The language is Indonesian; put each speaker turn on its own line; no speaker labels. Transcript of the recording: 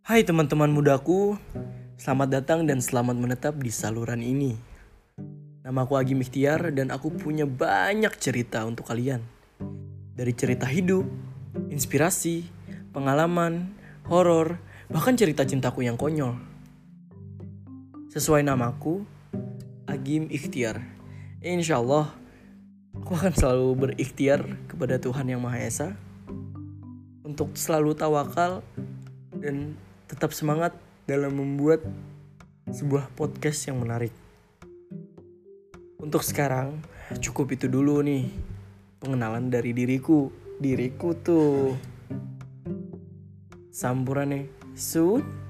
Hai teman-teman mudaku, selamat datang dan selamat menetap di saluran ini. Namaku Agim Ikhtiar dan aku punya banyak cerita untuk kalian. Dari cerita hidup, inspirasi, pengalaman, horor, bahkan cerita cintaku yang konyol. Sesuai namaku, Agim Ikhtiar. Insya Allah, aku akan selalu berikhtiar kepada Tuhan Yang Maha Esa untuk selalu tawakal dan tetap semangat dalam membuat sebuah podcast yang menarik. Untuk sekarang, cukup itu dulu nih pengenalan dari diriku. Diriku tuh Sampurane Sud